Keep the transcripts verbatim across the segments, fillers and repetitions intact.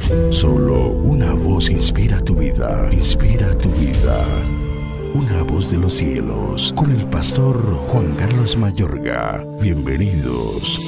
Solo una voz inspira tu vida, inspira tu vida. Una voz de los cielos, con el pastor Juan Carlos Mayorga. Bienvenidos.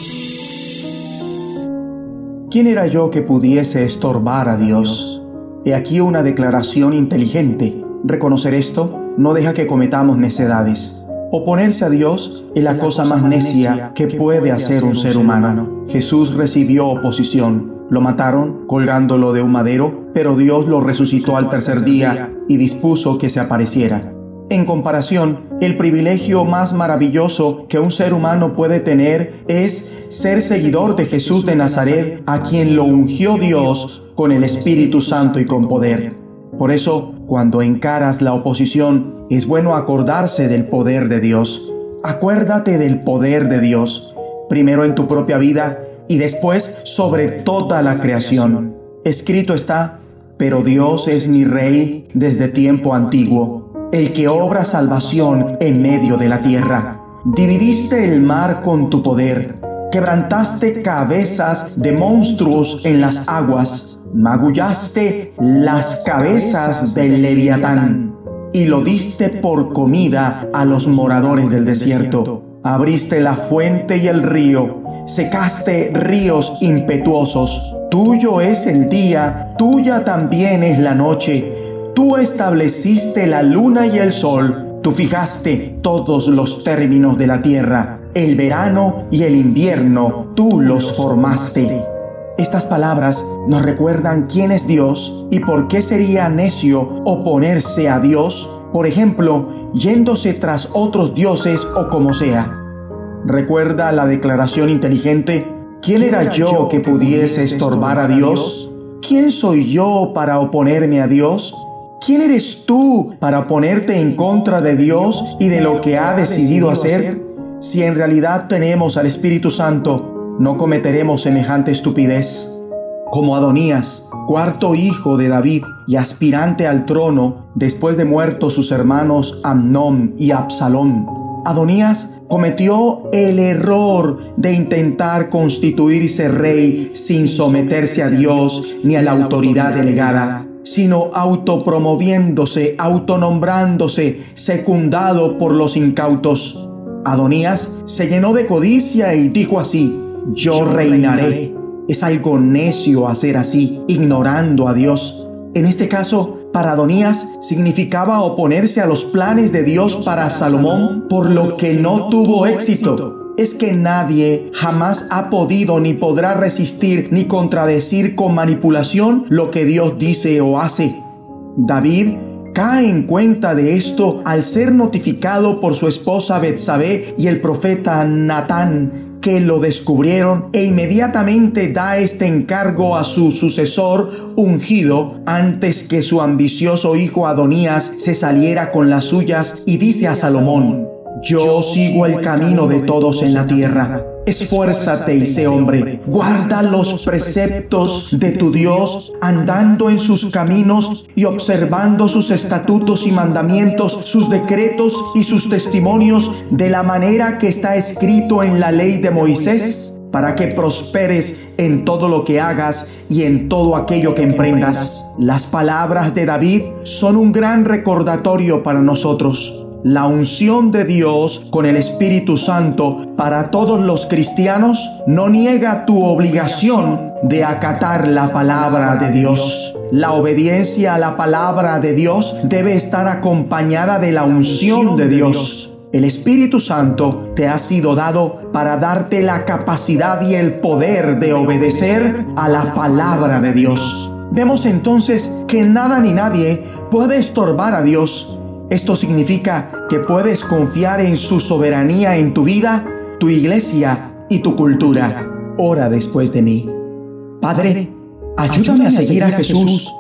¿Quién era yo que pudiese estorbar a Dios? He aquí una declaración inteligente. Reconocer esto no deja que cometamos necedades. Oponerse a Dios es la cosa más necia que puede hacer un ser humano. Jesús recibió oposición. Lo mataron colgándolo de un madero, pero Dios lo resucitó al tercer día y dispuso que se apareciera. En comparación, el privilegio más maravilloso que un ser humano puede tener es ser seguidor de Jesús de Nazaret, a quien lo ungió Dios con el Espíritu Santo y con poder. Por eso, cuando encaras la oposición, es bueno acordarse del poder de Dios. Acuérdate del poder de Dios, primero en tu propia vida y después sobre toda la creación. Escrito está: pero Dios es mi Rey desde tiempo antiguo, el que obra salvación en medio de la tierra. Dividiste el mar con tu poder, quebrantaste cabezas de monstruos en las aguas, magullaste las cabezas del Leviatán y lo diste por comida a los moradores del desierto. Abriste la fuente y el río, secaste ríos impetuosos. Tuyo es el día, tuya también es la noche. Tú estableciste la luna y el sol. Tú fijaste todos los términos de la tierra. El verano y el invierno, tú los formaste. Estas palabras nos recuerdan quién es Dios y por qué sería necio oponerse a Dios, por ejemplo, yéndose tras otros dioses o como sea. ¿Recuerda la declaración inteligente? ¿Quién era yo que pudiese estorbar a Dios? ¿Quién soy yo para oponerme a Dios? ¿Quién eres tú para ponerte en contra de Dios y de lo que ha decidido hacer? Si en realidad tenemos al Espíritu Santo, no cometeremos semejante estupidez. Como Adonías, cuarto hijo de David y aspirante al trono después de muertos sus hermanos Amnón y Absalón, Adonías cometió el error de intentar constituirse rey sin someterse a Dios ni a la autoridad delegada, sino autopromoviéndose, autonombrándose, secundado por los incautos. Adonías se llenó de codicia y dijo así: yo reinaré. Es algo necio hacer así, ignorando a Dios. En este caso, para Adonías significaba oponerse a los planes de Dios para Salomón, por lo que no tuvo éxito. Es que nadie jamás ha podido ni podrá resistir ni contradecir con manipulación lo que Dios dice o hace. David cae en cuenta de esto al ser notificado por su esposa Betsabé y el profeta Natán, que lo descubrieron, e inmediatamente da este encargo a su sucesor ungido antes que su ambicioso hijo Adonías se saliera con las suyas, y dice a Salomón: yo sigo el camino de todos en la tierra. Esfuérzate y sé hombre. Guarda los preceptos de tu Dios, andando en sus caminos y observando sus estatutos y mandamientos, sus decretos y sus testimonios, de la manera que está escrito en la ley de Moisés, para que prosperes en todo lo que hagas y en todo aquello que emprendas. Las palabras de David son un gran recordatorio para nosotros. La unción de Dios con el Espíritu Santo para todos los cristianos no niega tu obligación de acatar la palabra de Dios. La obediencia a la palabra de Dios debe estar acompañada de la unción de Dios. El Espíritu Santo te ha sido dado para darte la capacidad y el poder de obedecer a la palabra de Dios. Vemos entonces que nada ni nadie puede estorbar a Dios. Esto significa que puedes confiar en su soberanía en tu vida, tu iglesia y tu cultura. Ora después de mí. Padre, ayúdame a seguir a Jesús,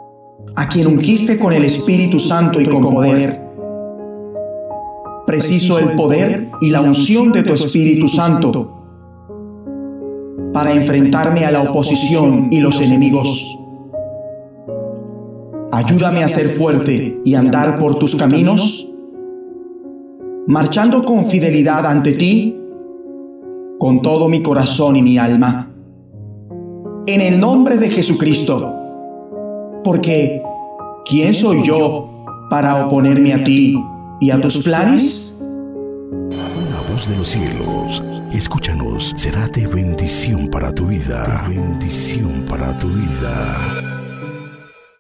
a quien ungiste con el Espíritu Santo y con poder. Preciso el poder y la unción de tu Espíritu Santo para enfrentarme a la oposición y los enemigos. Ayúdame a ser fuerte y andar por tus caminos, marchando con fidelidad ante ti, con todo mi corazón y mi alma. en el nombre de Jesucristo. Porque, ¿quién soy yo para oponerme a ti y a tus planes? Una voz de los cielos, escúchanos, será de bendición para tu vida. De bendición para tu vida.